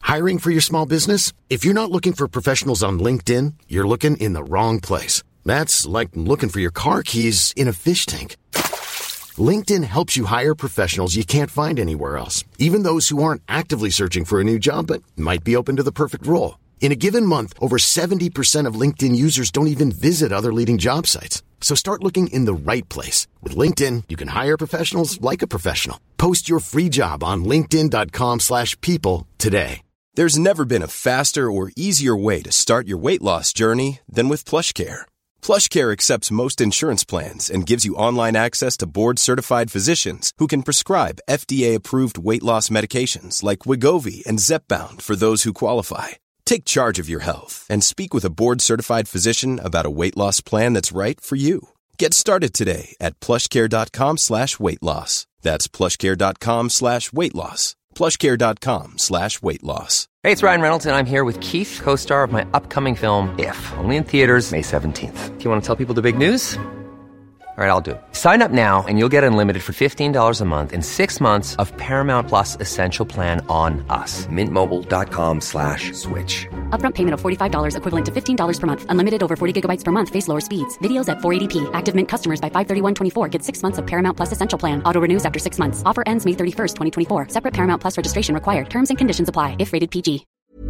Hiring for your small business? If you're not looking for professionals on LinkedIn, you're looking in the wrong place. That's like looking for your car keys in a fish tank. LinkedIn helps you hire professionals you can't find anywhere else, even those who aren't actively searching for a new job but might be open to the perfect role. In a given month, over 70% of LinkedIn users don't even visit other leading job sites. So start looking in the right place. With LinkedIn, you can hire professionals like a professional. Post your free job on linkedin.com/people today. There's never been a faster or easier way to start your weight loss journey than with PlushCare. PlushCare accepts most insurance plans and gives you online access to board-certified physicians who can prescribe FDA-approved weight loss medications like Wegovy and Zepbound for those who qualify. Take charge of your health and speak with a board-certified physician about a weight loss plan that's right for you. Get started today at plushcare.com/weightloss. That's plushcare.com/weightloss. plushcare.com/weightloss. Hey, it's Ryan Reynolds, and I'm here with Keith, co-star of my upcoming film, If, only in theaters May 17th. Do you want to tell people the big news? All right, I'll do it. Sign up now and you'll get unlimited for $15 a month and 6 months of Paramount Plus Essential Plan on us. Mintmobile.com/switch. Upfront payment of $45 equivalent to $15 per month. Unlimited over 40 gigabytes per month. Face lower speeds. Videos at 480p. Active Mint customers by 531.24 get 6 months of Paramount Plus Essential Plan. Auto renews after 6 months. Offer ends May 31st, 2024. Separate Paramount Plus registration required. Terms and conditions apply if rated PG.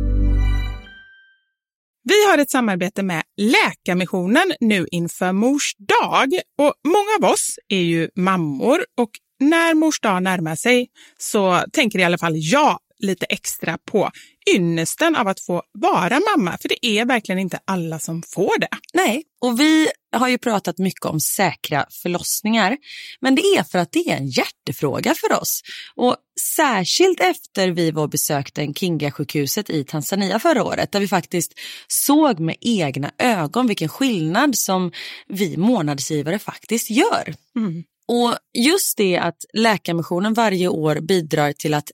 Vi har ett samarbete med Läkarmissionen nu inför Mors dag. Och många av oss är ju mammor, och när Mors dag närmar sig så tänker i alla fall jag lite extra på ynnesten av att få vara mamma. För det är verkligen inte alla som får det. Nej, och vi har ju pratat mycket om säkra förlossningar. Men det är för att det är en hjärtefråga för oss. Och särskilt efter vi var besökte Nkinga-sjukhuset i Tanzania förra året. Där vi faktiskt såg med egna ögon vilken skillnad som vi månadsgivare faktiskt gör. Mm. Och just det att Läkarmissionen varje år bidrar till att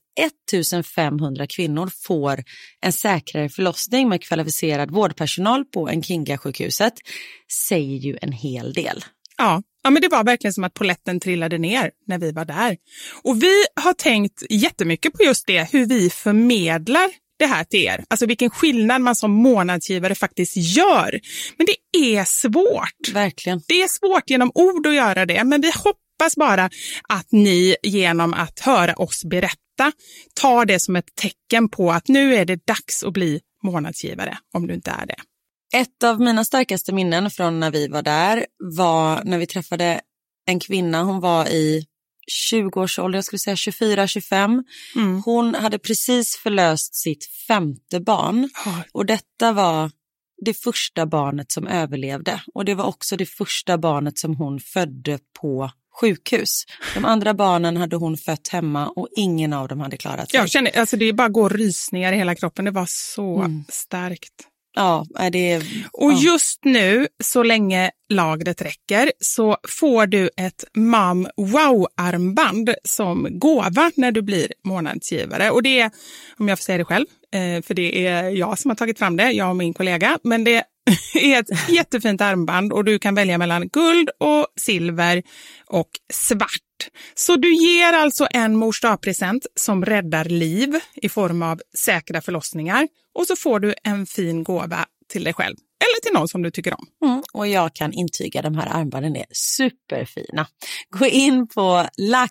1500 kvinnor får en säkrare förlossning med kvalificerad vårdpersonal på Nkinga-sjukhuset säger ju en hel del. Ja, men det var verkligen som att poletten trillade ner när vi var där. Och vi har tänkt jättemycket på just det, hur vi förmedlar det här till er. Alltså vilken skillnad man som månadsgivare faktiskt gör. Men det är svårt. Verkligen. Det är svårt genom ord att göra det, men vi hoppas bara att ni genom att höra oss berätta tar det som ett tecken på att nu är det dags att bli månadsgivare, om du inte är det. Ett av mina starkaste minnen från när vi var där var när vi träffade en kvinna. Hon var i 20-årsålder, jag skulle säga 24-25. Mm. Hon hade precis förlöst sitt 5:e barn. Och detta var det första barnet som överlevde. Och det var också det första barnet som hon födde på sjukhus. De andra barnen hade hon fött hemma och ingen av dem hade klarat sig. Jag känner, alltså det bara går rysningar i hela kroppen. Det var så starkt. Ja, det... Och just nu, så länge lagret räcker, så får du ett Mom Wow-armband som gåva när du blir månadsgivare. Och det är, om jag får säga det själv, för det är jag som har tagit fram det, jag och min kollega. Men det är ett jättefint armband och du kan välja mellan guld och silver och svart. Så du ger alltså en Mors dag-present som räddar liv i form av säkra förlossningar. Och så får du en fin gåva till dig själv. Eller till någon som du tycker om. Och jag kan intyga de här armbanden är superfina. Gå in på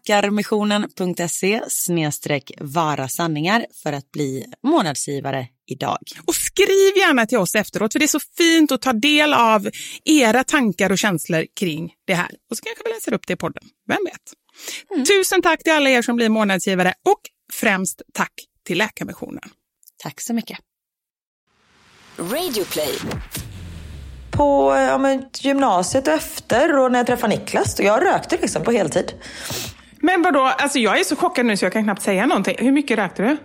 lakarmissionen.se/varasanningar för att bli månadsgivare idag. Och skriv gärna till oss efteråt, för det är så fint att ta del av era tankar och känslor kring det här. Och så kanske vi läser upp det i podden. Vem vet? Tusen tack till alla er som blir månadsgivare och främst tack till Läkarmissionen. Tack så mycket. Radioplay. På gymnasiet och efter, och när jag träffade Niklas, och jag rökte liksom på heltid. Men vadå? Alltså jag är så chockad nu så jag kan knappt säga någonting. Hur mycket rökte du?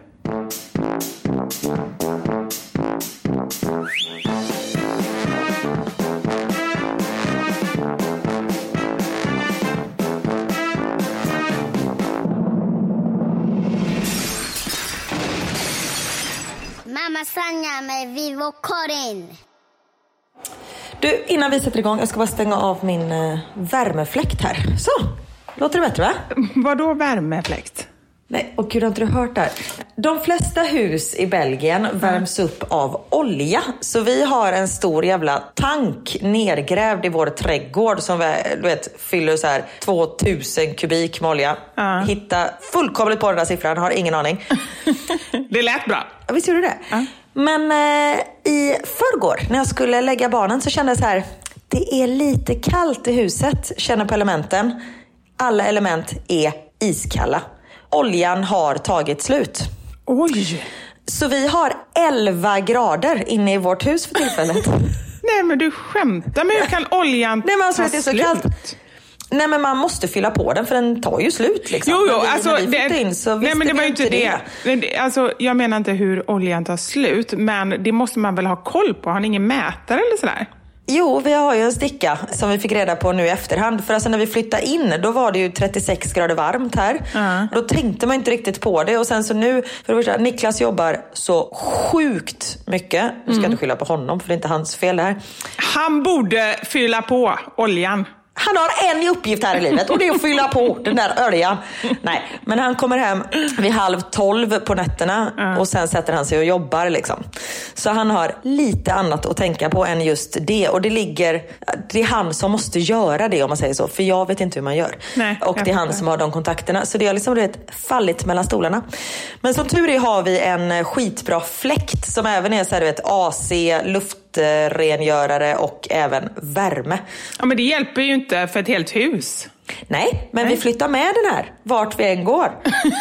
Mamma Sanja med Vivo Karin. Du, innan vi sätter igång, jag ska bara stänga av min värmefläkt här. Så, låter det bättre va? Vadå värmefläkt? Nej, och gud, har inte du hört det här? De flesta hus i Belgien värms upp av olja. Så vi har en stor jävla tank nergrävd i vår trädgård som fyller så här 2000 kubik med olja. Hitta fullkomligt på den där siffran, har ingen aning. Det lät bra. Visst gjorde det? Men i förrgår när jag skulle lägga barnen så kände jag så här, det är lite kallt i huset, känner på elementen. Alla element är iskalla. Oljan har tagit slut. Oj! Så vi har 11 grader inne i vårt hus för tillfället. Nej, men du skämtar. Men hur kan oljan ta det är så slut? kallt. Nej, men man måste fylla på den för den tar ju slut liksom. Jo, alltså nej, men det var ju inte det. Alltså, jag menar inte hur oljan tar slut, men det måste man väl ha koll på. Har ni ingen mätare eller sådär? Jo, vi har ju en sticka som vi fick reda på nu i efterhand. För alltså när vi flyttade in, då var det ju 36 grader varmt här. Då tänkte man inte riktigt på det. Och sen så nu, för det första, Niklas jobbar så sjukt mycket. Nu ska jag inte skylla på honom, för det är inte hans fel det här. Han borde fylla på oljan. Han har en uppgift här i livet och det är att fylla på den där oljan. Nej, men han kommer hem vid 11:30 på nätterna och sen sätter han sig och jobbar liksom. Så han har lite annat att tänka på än just det. Och det är han som måste göra det, om man säger så. För jag vet inte hur man gör. Nej, och det är han som har de kontakterna. Så det har liksom fallit mellan stolarna. Men som tur är har vi en skitbra fläkt som även är så här, AC, luftrengörare och även värme. Ja, men det hjälper ju inte för ett helt hus. Nej, men vi flyttar med den här vart vi än går.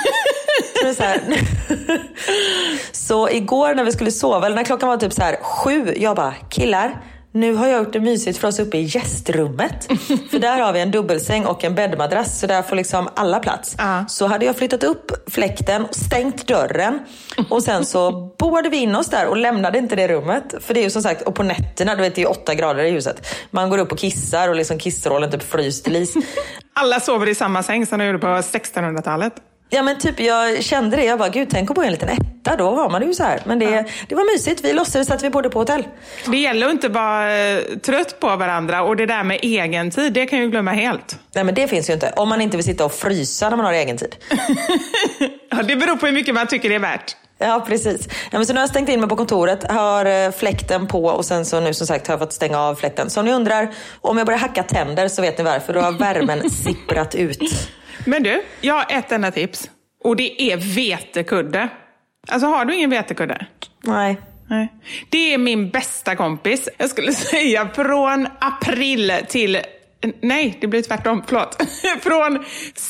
Så igår när vi skulle sova, eller när klockan var typ så här 7, jag bara, killar, nu har jag gjort det mysigt för oss uppe i gästrummet. För där har vi en dubbelsäng och en bäddmadrass. Så där får liksom alla plats. Så hade jag flyttat upp fläkten och stängt dörren. Och sen så boade vi in oss där och lämnade inte det rummet. För det är ju som sagt, och på nätterna, du vet, det är 8 grader i huset. Man går upp och kissar och liksom kissrollen typ fryst till is. Alla sover i samma säng som de gjorde på 1600-talet. Ja, men typ jag kände det. Jag bara, gud, tänk att bo i en liten etta. Då var man ju så här. Men det var mysigt. Vi låtsades att vi bodde på hotell. Det gäller att inte vara trött på varandra. Och det där med egen tid, det kan ju glömma helt. Nej, men det finns ju inte. Om man inte vill sitta och frysa när man har egen tid. Ja, det beror på hur mycket man tycker det är värt. Ja, precis. Ja, men så nu har jag stängt in mig på kontoret, har fläkten på och sen så nu som sagt har jag fått stänga av fläkten. Så om ni undrar om jag börjar hacka tänder så vet ni varför. Då har värmen sipprat ut. Men du, jag har ett enda tips. Och det är vetekudde. Alltså, har du ingen vetekudde? Nej. Det är min bästa kompis. Jag skulle säga från april till... Nej, det blir tvärtom, förlåt. Från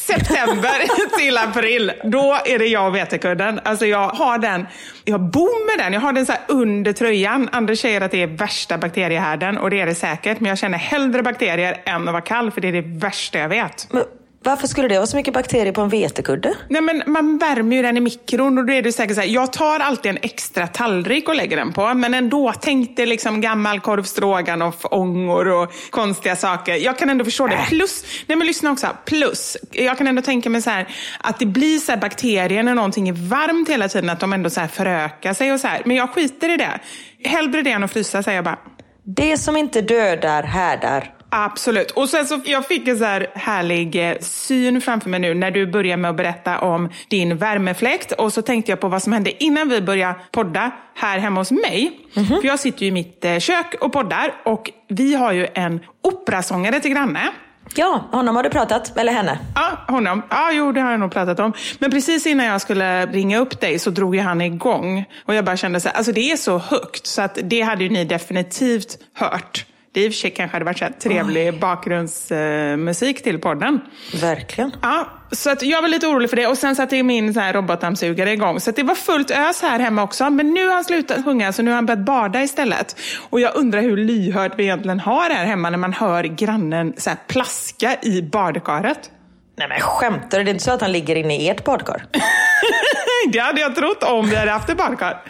september till april, då är det jag och vetekudden. Alltså jag har den, jag bor med den, jag har den så här under tröjan. Andra säger att det är värsta bakteriehärden, och det är det säkert. Men jag känner hellre bakterier än att vara kall, för det är det värsta jag vet. Men varför skulle det vara så mycket bakterier på en vetekudde? Nej, men man värmer ju den i mikron, och då är det säkert så här, jag tar alltid en extra tallrik och lägger den på, men ändå tänkte liksom gammal korvstroganoff, ångor och konstiga saker. Jag kan ändå förstå det. Plus, nej men lyssna också, plus, jag kan ändå tänka mig så här, att det blir så här bakterier när någonting är varmt hela tiden, att de ändå så här förökar sig och så här. Men jag skiter i det. Hellre det än att frysa, säger jag bara. Det som inte dödar härdar. Absolut. Och sen så jag fick en så här härlig syn framför mig nu när du börjar med att berätta om din värmefläkt. Och så tänkte jag på vad som hände innan vi började podda här hemma hos mig. För jag sitter ju i mitt kök och poddar, och vi har ju en operasångare till granne. Ja, honom har du pratat, eller henne? Ja, honom. Ja, jo, det har jag nog pratat om. Men precis innan jag skulle ringa upp dig så drog ju han igång. Och jag bara kände så här, alltså det är så högt så att det hade ju ni definitivt hört. Det i och för sig kanske hade varit så här trevlig bakgrundsmusik till podden. Verkligen. Ja, så att jag var lite orolig för det. Och sen satte jag min så här robotdammsugare igång. Så att det var fullt ös här hemma också. Men nu har han slutat sjunga, så nu har han börjat bada istället. Och jag undrar hur lyhört vi egentligen har här hemma när man hör grannen så här plaska i badkaret. Nej, men skämtar du? Det är inte så att han ligger inne i ert badkar? Det hade jag trott om vi hade haft ett badkar.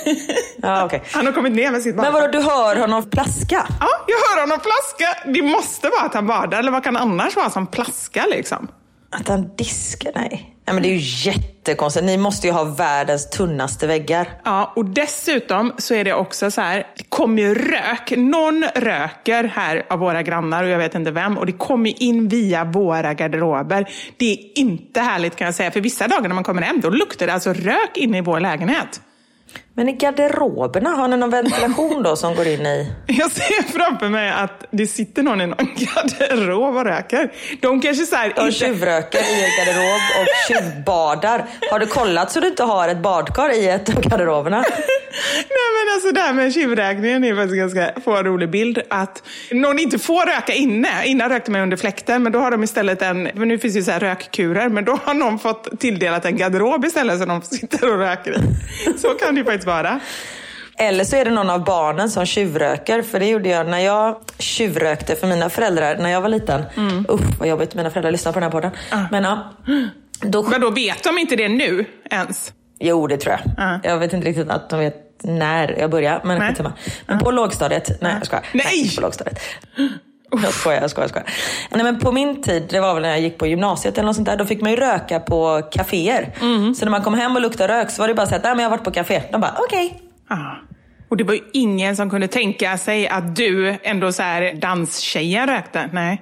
Ja, okay. Han har kommit ner med sitt badkar. Men vadå, du hör honom plaska? Ja, jag hör honom plaska. Det måste vara att han badar. Eller vad kan annars vara som plaska liksom? Att han diskar? Nej. Nej, men det är ju jättekonstigt. Ni måste ju ha världens tunnaste väggar. Ja, och dessutom så är det också så här, det kommer ju rök. Någon röker här av våra grannar och jag vet inte vem. Och det kommer in via våra garderober. Det är inte härligt kan jag säga. För vissa dagar när man kommer hem, då luktar det alltså rök inne i vår lägenhet. Men i garderoberna, har ni någon ventilation då som går in i? Jag ser framför mig att det sitter någon i någon garderob och röker. De kanske så här... De tjuvröker i en garderob och tjuvbadar. Har du kollat så du inte har ett badkar i ett av garderoberna? Nej, men alltså det här med tjuvräkningen är faktiskt ganska få en rolig bild. Att någon inte får röka inne. Innan rökte man under fläkten, men då har de istället för nu finns ju så här rökkurer, men då har någon fått tilldelat en garderob istället så de sitter och röker i. Så kan det ju faktiskt vara. Eller så är det någon av barnen som tjuvröker. För det gjorde jag när jag tjuvrökte för mina föräldrar när jag var liten. Vad jobbigt, mina föräldrar lyssnar på den här podden. Men ja, men då vet de inte det nu ens? Jo, det tror jag. Jag vet inte riktigt att de vet när jag började. Men på lågstadiet. Nej, jag skojar. Nej, inte på lågstadiet. Jag skojar. Nej, men på min tid, det var väl när jag gick på gymnasiet eller något sånt där, då fick man ju röka på kaféer. Så när man kom hem och luktade rök så var det bara så att nej, men jag har varit på kafé. De bara, okej. Och det var ju ingen som kunde tänka sig att du ändå så här danstjejen rökte. Nej.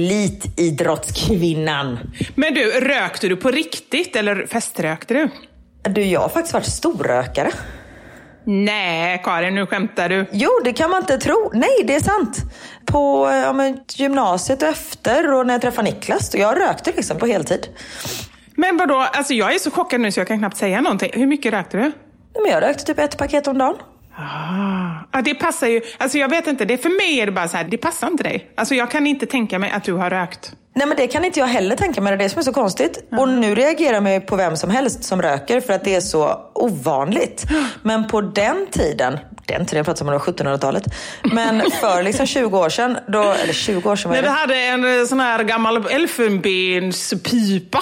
Elitidrottskvinnan. Men du, rökte du på riktigt eller feströkte du? Du, jag har faktiskt varit storrökare. Nej, Karin, nu skämtar du. Jo, det kan man inte tro. Nej, det är sant. På gymnasiet och efter och när jag träffade Niklas. Jag rökte liksom på heltid. Men vadå? Alltså jag är så chockad nu så jag kan knappt säga någonting. Hur mycket rökte du? Men jag rökte typ 1 paket om dagen. Ja, det passar ju. Alltså jag vet inte, det för mig är det bara så här, det passar inte dig. Alltså jag kan inte tänka mig att du har rökt. Nej, men det kan inte jag heller tänka mig. Det är det som är så konstigt. Och nu reagerar man ju på vem som helst som röker för att det är så ovanligt. Men på den tiden pratar som om det var 1700-talet. Men för liksom 20 år sedan, eller 20 år sedan var det. När vi hade en sån här gammal elfenbenspipa.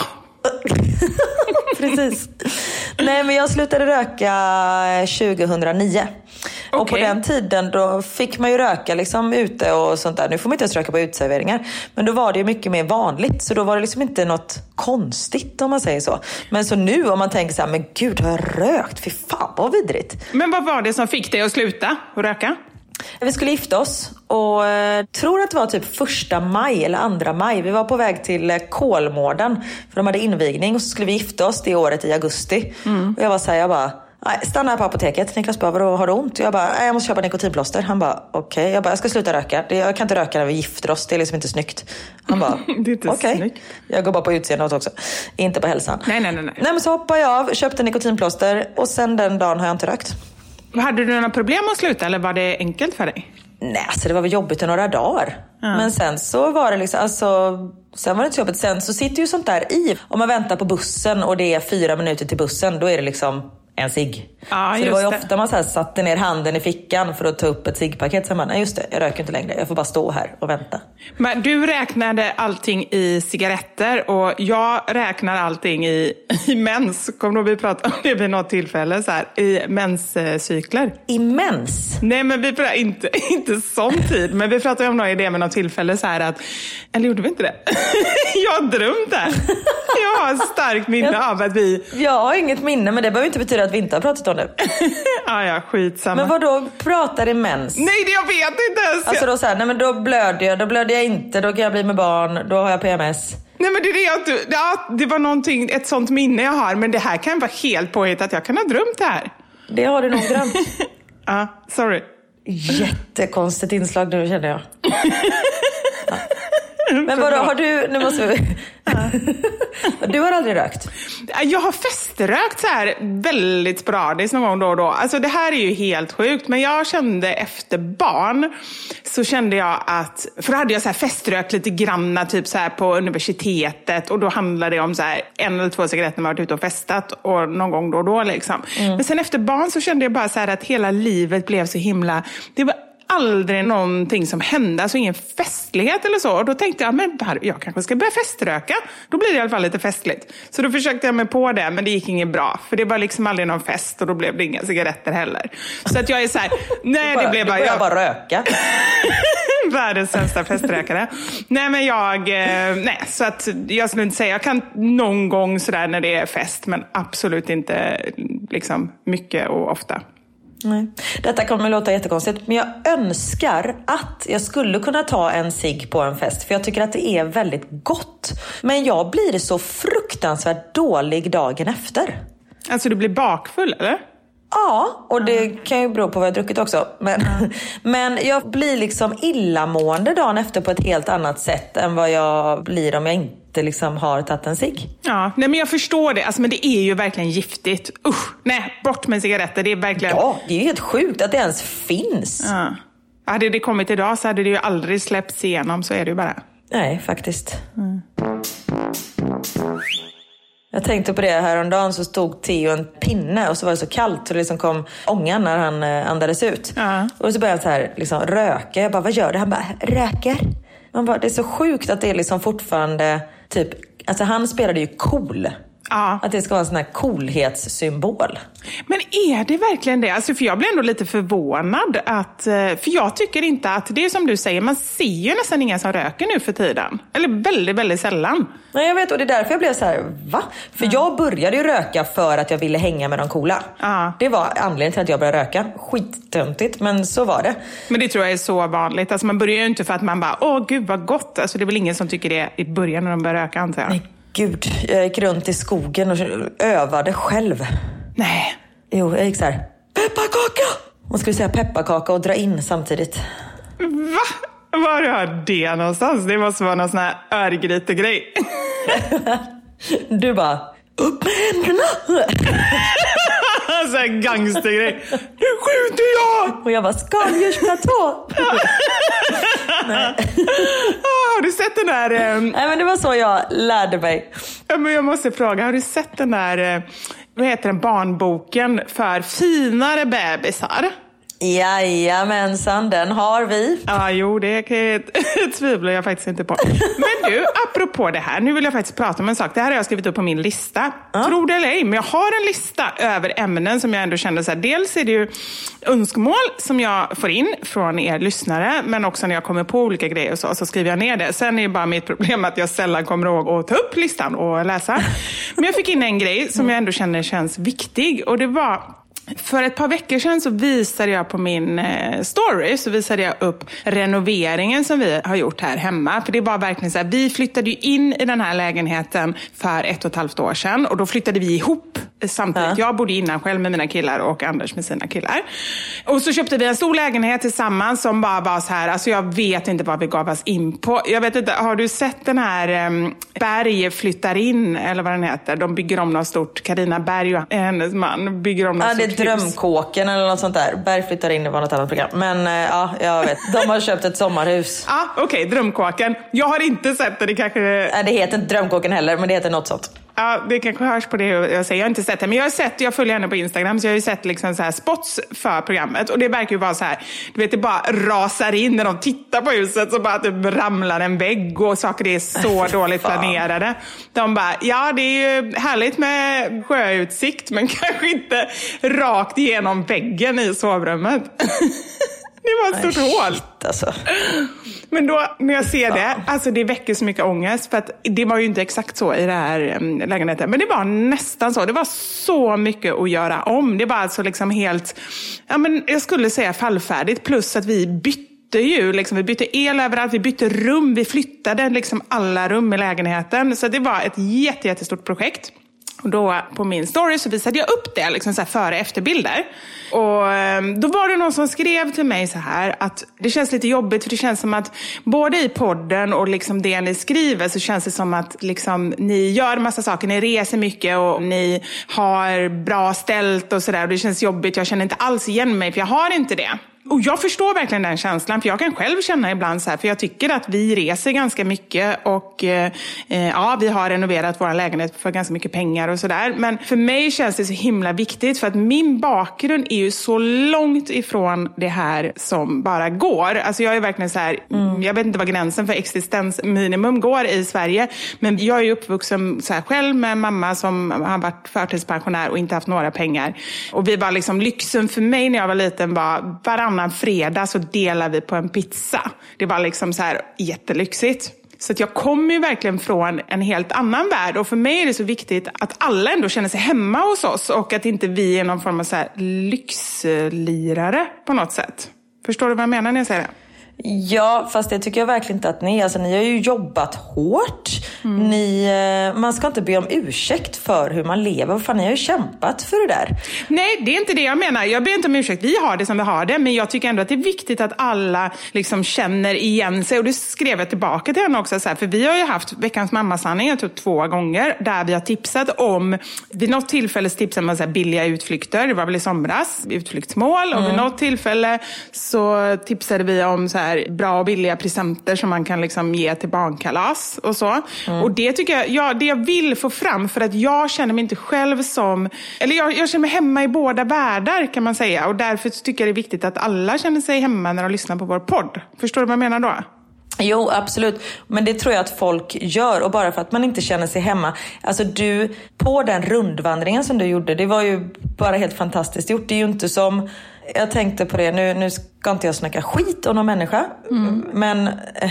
Precis. Nej, men jag slutade röka 2009. Okay. Och på den tiden då fick man ju röka liksom ute och sånt där. Nu får man inte ens röka på uteserveringar. Men då var det ju mycket mer vanligt. Så då var det liksom inte något konstigt om man säger så. Men så nu om man tänker så här, men gud, har jag rökt? Fy fan vad vidrigt. Men vad var det som fick dig att sluta och röka? Vi skulle gifta oss och tror att det var typ 1 maj eller 2 maj. Vi var på väg till Kolmården för de hade invigning och så skulle vi gifta oss det året i augusti. Och jag var så här, stanna här på apoteket. Niklas bara, vadå, har du ont? Jag bara, jag måste köpa nikotinplåster. Han bara, okej. Jag bara, jag ska sluta röka. Jag kan inte röka när vi gifter oss. Det är liksom inte snyggt. Han bara, okej. Jag går bara på utseendet också. Inte på hälsan. Nej. Nej, men så hoppade jag av, köpte nikotinplåster och sen den dagen har jag inte rökt. Hade du några problem att sluta eller var det enkelt för dig? Nej, alltså det var väl jobbigt i några dagar. Men sen så var det liksom, sen var det inte så jobbigt. Sen så sitter ju sånt där i. Om man väntar på bussen och det är 4 minuter till bussen, då är det liksom en cigg. Ja, så det var ju ofta man så här satte ner handen i fickan för att ta upp ett ciggpaket. Så man, nej just det, jag röker inte längre. Jag får bara stå här och vänta. Men du räknade allting i cigaretter och jag räknar allting i mens. Kommer vi prata om det vid något tillfälle så här, i menscykler? I mens? Nej, men vi pratar inte sån tid. Men vi pratar om någon idé med något tillfälle så här att, eller gjorde vi inte det? Jag har drömt det. Jag har ett starkt minne av att vi... Jag har inget minne, men det behöver inte betyda att vi inte har pratat om det. Ja, skitsamma. Men vad då pratar i mens? Nej, det jag vet inte ens. Alltså då så här, nej men då blöder jag inte, då kan jag bli med barn, då har jag PMS. Nej, men det är det det var någonting, ett sånt minne jag har, men det här kan vara helt påhittat. Jag kan ha drömt det här. Det har du nog drömt. Ja, sorry. Jättekonstigt inslag nu känner jag. Ja. Men vadå, har du... Nu måste vi... Du har aldrig rökt? Jag har feströkt så här väldigt sporadiskt någon gång då och då. Alltså det här är ju helt sjukt. Men jag kände efter barn så kände jag att... För då hade jag så här feströkt lite granna typ så här på universitetet. Och då handlade det om så här 1 eller 2 cigaretter när man varit ute och festat. Och någon gång då och då liksom. Men sen efter barn så kände jag bara så här att hela livet blev så himla... Det var aldrig någonting som hände, alltså ingen festlighet eller så. Och då tänkte jag, men jag kanske ska börja feströka. Då blir det i alla fall lite festligt. Så då försökte jag mig på det, men det gick inget bra. För det var liksom aldrig någon fest och då blev det inga cigaretter heller. Så att jag är så här, nej det blev bara... Jag bara röka. Världens sämsta feströkare. Nej, men så att jag skulle inte säga, jag kan någon gång sådär när det är fest, men absolut inte liksom mycket och ofta. Nej. Detta kommer låta jättekonstigt, men jag önskar att jag skulle kunna ta en cigg på en fest, för jag tycker att det är väldigt gott. Men jag blir så fruktansvärt dålig dagen efter. Alltså du blir bakfull, eller? Ja, och det kan ju bero på vad jag druckit också. Men jag blir liksom illamående dagen efter på ett helt annat sätt än vad jag blir om jag inte liksom har tagit en cigg. Ja, nej, men jag förstår det. Alltså, men det är ju verkligen giftigt. Nej, bort med cigaretter. Det är verkligen... Ja, det är ju helt sjukt att det ens finns. Ja. Hade det kommit idag så hade det ju aldrig släppts igenom, så är det ju bara. Nej, faktiskt. Jag tänkte på det här om dagen, så stod Theo en pinne och så var det så kallt så det liksom kom ångan när han andades ut. Ja. Och så började han så här liksom röka. Jag bara, vad gör det? Han bara, röker. Man bara, det är så sjukt att det är liksom fortfarande typ, alltså han spelade ju cool. Ja. Att det ska vara en sån här coolhetssymbol. Men är det verkligen det? Alltså, för jag blir ändå lite förvånad. För jag tycker inte att, det är som du säger, man ser ju nästan inga som röker nu för tiden. Eller väldigt, väldigt sällan. Nej, jag vet, och det är därför jag blev så här, va? För jag började ju röka för att jag ville hänga med de coola. Det var anledningen till att jag började röka. Skittöntigt, men så var det. Men det tror jag är så vanligt. Alltså, man börjar ju inte för att man bara, åh gud vad gott. Alltså, det är väl ingen som tycker det i början när de börjar röka, antar jag. Nej. Gud, jag gick runt i skogen och övade själv. Nej. Jo, jag gick så här, pepparkaka! Man skulle säga pepparkaka och dra in samtidigt. Va? Var är det någonstans? Det måste vara någon sån här örgrytegrej. Du bara, upp med händerna! Så här gangstergrej. Nu skjuter jag! Och jag bara, skaldjursplatå! Har du sett den där... Nej, men det var så jag lärde mig. Men jag måste fråga, har du sett den där... vad heter den? Barnboken för finare bebisar? Jajamensan, den har vi. Ja, jo, det tvivlar jag faktiskt inte på. Men du, apropå det här, nu vill jag faktiskt prata om en sak. Det här har jag skrivit upp på min lista. Tror det eller ej, men jag har en lista över ämnen som jag ändå kände så här. Dels är det ju önskemål som jag får in från er lyssnare, men också när jag kommer på olika grejer och så skriver jag ner det. Sen är det bara mitt problem att jag sällan kommer ihåg att ta upp listan och läsa. Men jag fick in en grej som jag ändå känner känns viktig, och det var... För ett par veckor sedan så visade jag på min story, så visade jag upp renoveringen som vi har gjort här hemma. För det var verkligen så här, vi flyttade ju in i den här lägenheten för 1,5 år sedan, och då flyttade vi ihop samtidigt. Jag bodde innan själv med mina killar och Anders med sina killar. Och så köpte vi en stor lägenhet tillsammans som bara var så här, alltså jag vet inte vad vi gav oss in på. Jag vet inte, har du sett den här Berg flyttar in, eller vad den heter? De bygger om något stort, Carina Berg och hennes man bygger om något stort. Drömkåken eller något sånt där. Berg flyttar in, det var något annat program. Men ja, jag vet. De har köpt ett sommarhus. Ja, okej, Drömkåken. Jag har inte sett det, det kanske... Nej, det heter inte Drömkåken heller, men det heter något sånt. Ja, det kanske hörs på det jag säger. Jag har inte sett det, men jag följer henne på Instagram, så jag har ju sett liksom så här spots för programmet. Och det verkar ju vara så här, du vet, det bara rasar in när de tittar på huset, så bara typ ramlar en vägg och saker är så dåligt planerade. De bara, ja, det är ju härligt med sjöutsikt, men kanske inte rakt igenom väggen i sovrummet. Det var ett stort hål. Alltså. Men då, när jag ser det, alltså det väcker så mycket ångest, för att det var ju inte exakt så i det här lägenheten, men det var nästan så. Det var så mycket att göra om. Det var alltså liksom helt, ja men jag skulle säga fallfärdigt, plus att vi bytte vi bytte el överallt, vi bytte rum, vi flyttade liksom alla rum i lägenheten. Så det var ett jättestort projekt. Och då på min story så visade jag upp det liksom så här före- och efterbilder. Och då var det någon som skrev till mig så här att det känns lite jobbigt, för det känns som att både i podden och liksom det ni skriver så känns det som att liksom ni gör massa saker, ni reser mycket och ni har bra ställt och sådär, och det känns jobbigt, jag känner inte alls igen mig för jag har inte det. Och jag förstår verkligen den känslan, för jag kan själv känna ibland så här, för jag tycker att vi reser ganska mycket och ja, vi har renoverat vår lägenhet för ganska mycket pengar och sådär. Men för mig känns det så himla viktigt, för att min bakgrund är ju så långt ifrån det här som bara går. Alltså jag är verkligen så här, jag vet inte vad gränsen för existensminimum går i Sverige, men jag är ju uppvuxen så här själv med mamma som har varit förtidspensionär och inte haft några pengar. Och vi var liksom, lyxen för mig när jag var liten var varann varannan fredag så delar vi på en pizza. Det var liksom så här jättelyxigt. Så att jag kommer ju verkligen från en helt annan värld. Och för mig är det så viktigt att alla ändå känner sig hemma hos oss. Och att inte vi är någon form av så här lyxlirare på något sätt. Förstår du vad jag menar när jag säger det? Ja, fast det tycker jag verkligen inte att ni är. Alltså, ni har ju jobbat hårt. Man ska inte be om ursäkt för hur man lever. Fan, ni har ju kämpat för det där. Nej, det är inte det jag menar. Jag ber inte om ursäkt. Vi har det som vi har det. Men jag tycker ändå att det är viktigt att alla liksom känner igen sig. Och det skrev jag tillbaka till henne också. Så här, för vi har ju haft veckans mammasanning, jag tror 2 gånger. Där vi har tipsat om, vid något tillfälle tipsade man så här billiga utflykter. Det var väl i somras, utflyktsmål. Och vid något tillfälle så tipsade vi om så här bra och billiga presenter som man kan liksom ge till barnkalas och så. Och det tycker jag, det jag vill få fram, för att jag känner mig inte själv som, eller jag känner mig hemma i båda världar kan man säga. Och därför tycker jag det är viktigt att alla känner sig hemma när de lyssnar på vår podd. Förstår du vad jag menar då? Jo, absolut. Men det tror jag att folk gör. Och bara för att man inte känner sig hemma. Alltså du, på den rundvandringen som du gjorde, det var ju bara helt fantastiskt gjort. Det är ju inte som, jag tänkte på det, nu ska inte jag snacka skit om någon människa. Men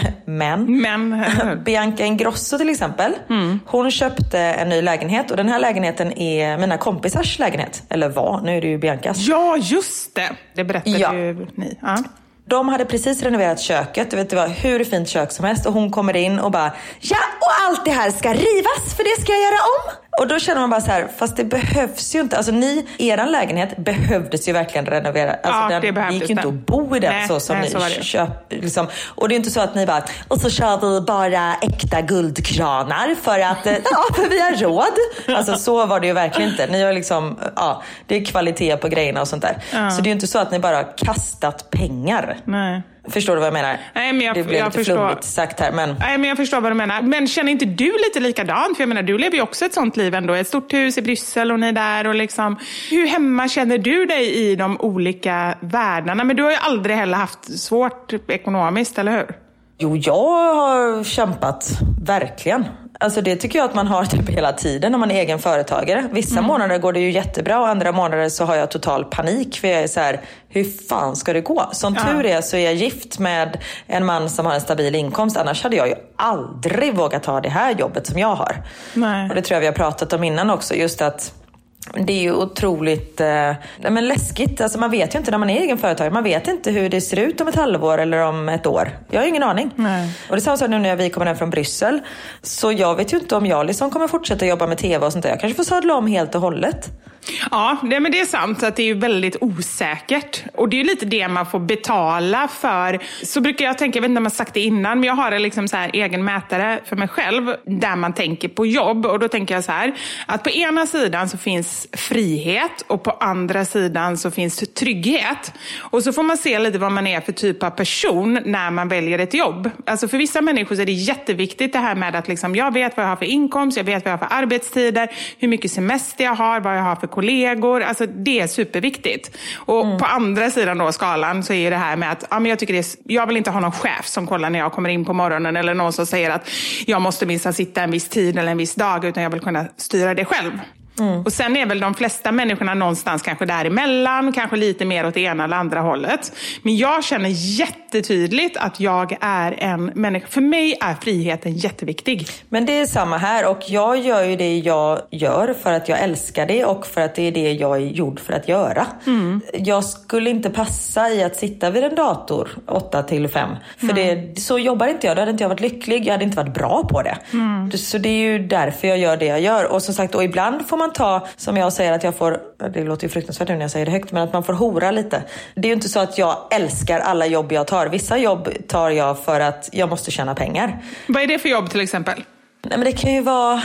Bianca Ingrosso till exempel. Hon köpte en ny lägenhet. Och den här lägenheten är mina kompisars lägenhet. Eller vad, nu är det ju Biancas. Ja, just det. Det berättade ju ni. Ja. De hade precis renoverat köket. Du vet, det var hur fint kök som helst. Och hon kommer in och bara, ja, och allt det här ska rivas, för det ska jag göra om. Och då känner man bara så här, fast det behövs ju inte. Alltså eran lägenhet behövdes ju verkligen renovera. Alltså ja, det gick ju inte att bo i den så som ni köper. Liksom. Och det är inte så att ni bara, och så kör vi bara äkta guldkranar för att, för vi har råd. Alltså så var det ju verkligen inte. Ni har liksom, det är kvalitet på grejerna och sånt där. Ja. Så det är ju inte så att ni bara kastat pengar. Nej. Förstår du vad jag menar? Nej, men det blir lite flummigt sagt här. Men... Nej, men jag förstår vad du menar. Men känner inte du lite likadant? För jag menar, du lever ju också ett sånt liv ändå. Ett stort hus i Bryssel och ni är där. Och liksom, hur hemma känner du dig i de olika världarna? Men du har ju aldrig heller haft svårt ekonomiskt, eller hur? Jo, jag har kämpat. Verkligen. Alltså det tycker jag att man har typ hela tiden när man är egen företagare. Vissa månader går det ju jättebra och andra månader så har jag total panik. För jag är så här, hur fan ska det gå? Som tur är så är jag gift med en man som har en stabil inkomst. Annars hade jag ju aldrig vågat ta det här jobbet som jag har. Nej. Och det tror jag vi har pratat om innan också. Just att det är ju otroligt läskigt. Alltså man vet ju inte när man är egen företagare. Man vet inte hur det ser ut om ett halvår eller om ett år. Jag har ingen aning. Nej. Och det är samma sak nu när vi kommer hem från Bryssel. Så jag vet ju inte om jag liksom kommer fortsätta jobba med tv och sånt där. Jag kanske får sadla om helt och hållet. Ja, men det är sant att det är ju väldigt osäkert. Och det är ju lite det man får betala för. Så brukar jag tänka, jag vet inte om jag sagt det innan, men jag har en liksom så här egen mätare för mig själv där man tänker på jobb. Och då tänker jag så här, att på ena sidan så finns frihet och på andra sidan så finns trygghet. Och så får man se lite vad man är för typ av person när man väljer ett jobb. Alltså för vissa människor så är det jätteviktigt det här med att liksom, jag vet vad jag har för inkomst, jag vet vad jag har för arbetstider, hur mycket semester jag har, vad jag har för kollegor, alltså det är superviktigt. Och på andra sidan då skalan så är det här med att jag vill inte ha någon chef som kollar när jag kommer in på morgonen eller någon som säger att jag måste minst sitta en viss tid eller en viss dag, utan jag vill kunna styra det själv. Och sen är väl de flesta människorna någonstans kanske däremellan, kanske lite mer åt det ena eller andra hållet. Men jag känner jättetydligt att jag är en människa. För mig är friheten jätteviktig. Men det är samma här, och jag gör ju det jag gör för att jag älskar det och för att det är det jag är gjord för att göra. Jag skulle inte passa i att sitta vid en dator 8-5. För så jobbar inte jag. Då hade inte jag varit lycklig. Jag hade inte varit bra på det. Så det är ju därför jag gör det jag gör. Och som sagt, och ibland får man ta, som jag säger att jag får, det låter ju fruktansvärt nu när jag säger det högt, men att man får hora lite. Det är ju inte så att jag älskar alla jobb jag tar. Vissa jobb tar jag för att jag måste tjäna pengar. Vad är det för jobb till exempel? Nej, men det kan ju vara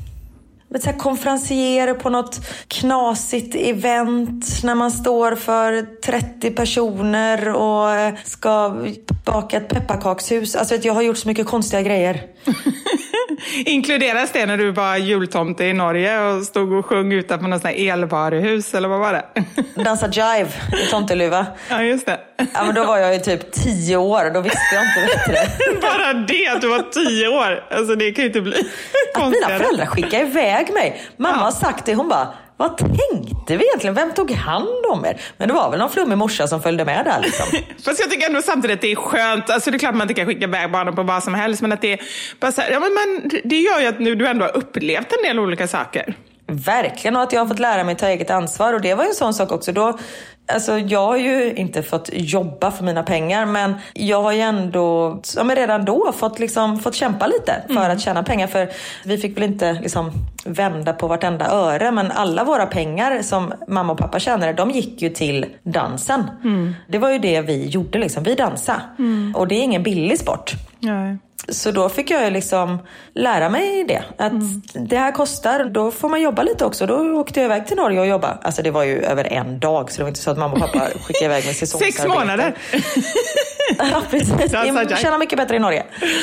konferencier på något knasigt event när man står för 30 personer och ska baka ett pepparkakshus. Alltså jag har gjort så mycket konstiga grejer. Inkluderas det när du var jultomte i Norge och stod och sjöng utanför något sånt här elvaruhus, eller vad var det? Dansa jive i tomteluva. Ja, just det. Ja, men då var jag ju typ 10 år och då visste jag inte bättre. Bara det, att du var 10 år. Alltså det kan ju inte bli konstigare. Mina föräldrar skickade iväg mig. Mamma har sagt det, hon bara, vad tänkte vi egentligen? Vem tog hand om er? Men det var väl någon flummig morsa som följde med där liksom. Fast jag tycker ändå samtidigt att det är skönt. Alltså det är klart man inte kan skicka iväg barnen på vad som helst. Men att det är bara så här, ja, men det gör ju att nu du ändå har upplevt en del olika saker. Verkligen, och att jag har fått lära mig ta eget ansvar. Och det var ju en sån sak också. Då, alltså jag har ju inte fått jobba för mina pengar, men jag har ju ändå redan då fått kämpa lite för att tjäna pengar. För vi fick väl inte liksom vända på vartenda öre, men alla våra pengar som mamma och pappa tjänade, de gick ju till dansen. Det var ju det vi gjorde liksom, vi dansade. Och det är ingen billig sport. Nej. Så då fick jag liksom lära mig det. Att det här kostar, då får man jobba lite också. Då åkte jag iväg till Norge och jobba. Alltså det var ju över en dag, så det var inte så att mamma och pappa skickade iväg med säsongsarbete. 6 månader! Ja, precis. Jag tjänar mycket bättre i Norge.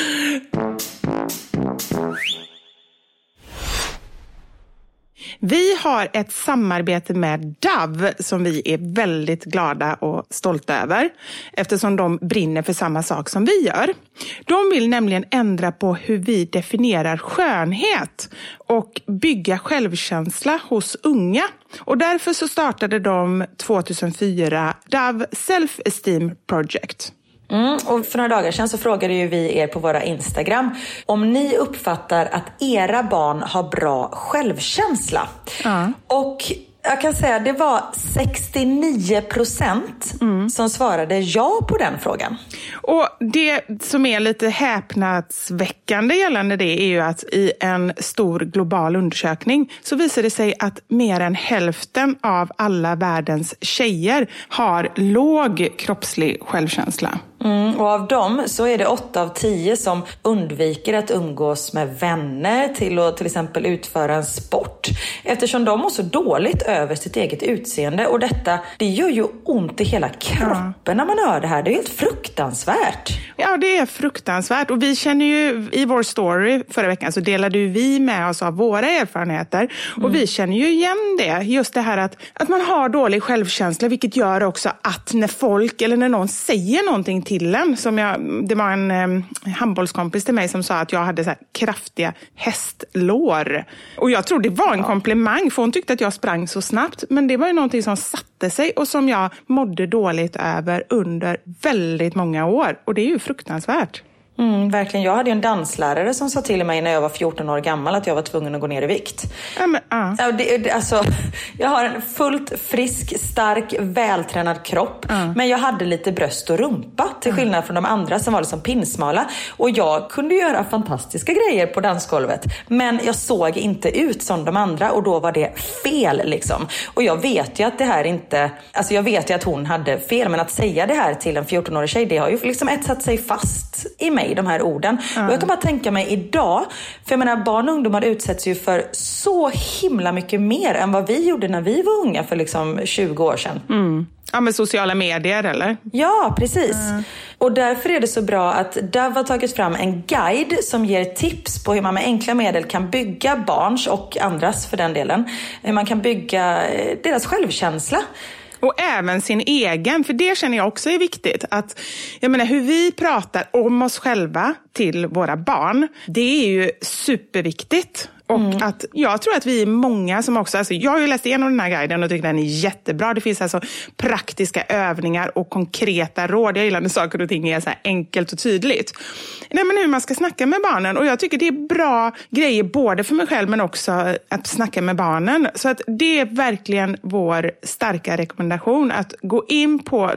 Vi har ett samarbete med Dove som vi är väldigt glada och stolta över, eftersom de brinner för samma sak som vi gör. De vill nämligen ändra på hur vi definierar skönhet och bygga självkänsla hos unga. Och därför så startade de 2004 Dove Self-Esteem Project. Och för några dagar sedan så frågade ju vi er på våra Instagram om ni uppfattar att era barn har bra självkänsla. Och jag kan säga att det var 69% som svarade ja på den frågan. Och det som är lite häpnadsväckande gällande det är ju att i en stor global undersökning så visar det sig att mer än hälften av alla världens tjejer har låg kroppslig självkänsla. Och av dem så är det 8 av 10 som undviker att umgås med vänner till att till exempel utföra en sport. Eftersom de mår så dåligt över sitt eget utseende. Och det gör ju ont i hela kroppen när man hör det här. Det är helt fruktansvärt. Ja, det är fruktansvärt. Och vi känner ju, i vår story förra veckan så delade ju vi med oss av våra erfarenheter. Och vi känner ju igen det. Just det här att man har dålig självkänsla, vilket gör också att när folk eller när någon säger någonting till en, det var en handbollskompis till mig som sa att jag hade så här kraftiga hästlår. Och jag tror det var en komplimang, för hon tyckte att jag sprang så snabbt. Men det var ju någonting som satte sig och som jag mådde dåligt över under väldigt många år. Och det är ju fruktansvärt. Verkligen. Jag hade ju en danslärare som sa till mig när jag var 14 år gammal att jag var tvungen att gå ner i vikt. Alltså, jag har en fullt frisk, stark, vältränad kropp. Men jag hade lite bröst och rumpa till skillnad från de andra som var liksom pinsmala. Och jag kunde göra fantastiska grejer på dansgolvet. Men jag såg inte ut som de andra och då var det fel liksom. Och jag vet ju att det här inte... Alltså jag vet ju att hon hade fel, men att säga det här till en 14-årig tjej, det har ju liksom satt sig fast i mig, de här orden. Och jag kan bara tänka mig idag, för jag menar, barn och ungdomar utsätts ju för så himla mycket mer än vad vi gjorde när vi var unga för liksom 20 år sedan. Ja, med sociala medier eller? Ja, precis. Och därför är det så bra att Dove har tagit fram en guide som ger tips på hur man med enkla medel kan bygga barns och andras för den delen. Hur man kan bygga deras självkänsla. Och även sin egen, för det känner jag också är viktigt. Att, jag menar, hur vi pratar om oss själva till våra barn, det är ju superviktigt. Och att jag tror att vi är många som också, alltså jag har ju läst igenom den här guiden och tycker den är jättebra. Det finns alltså praktiska övningar och konkreta råd. Jag gillar när saker och ting är så här enkelt och tydligt. Nej, men hur man ska snacka med barnen. Och jag tycker det är bra grejer både för mig själv men också att snacka med barnen. Så att det är verkligen vår starka rekommendation att gå in på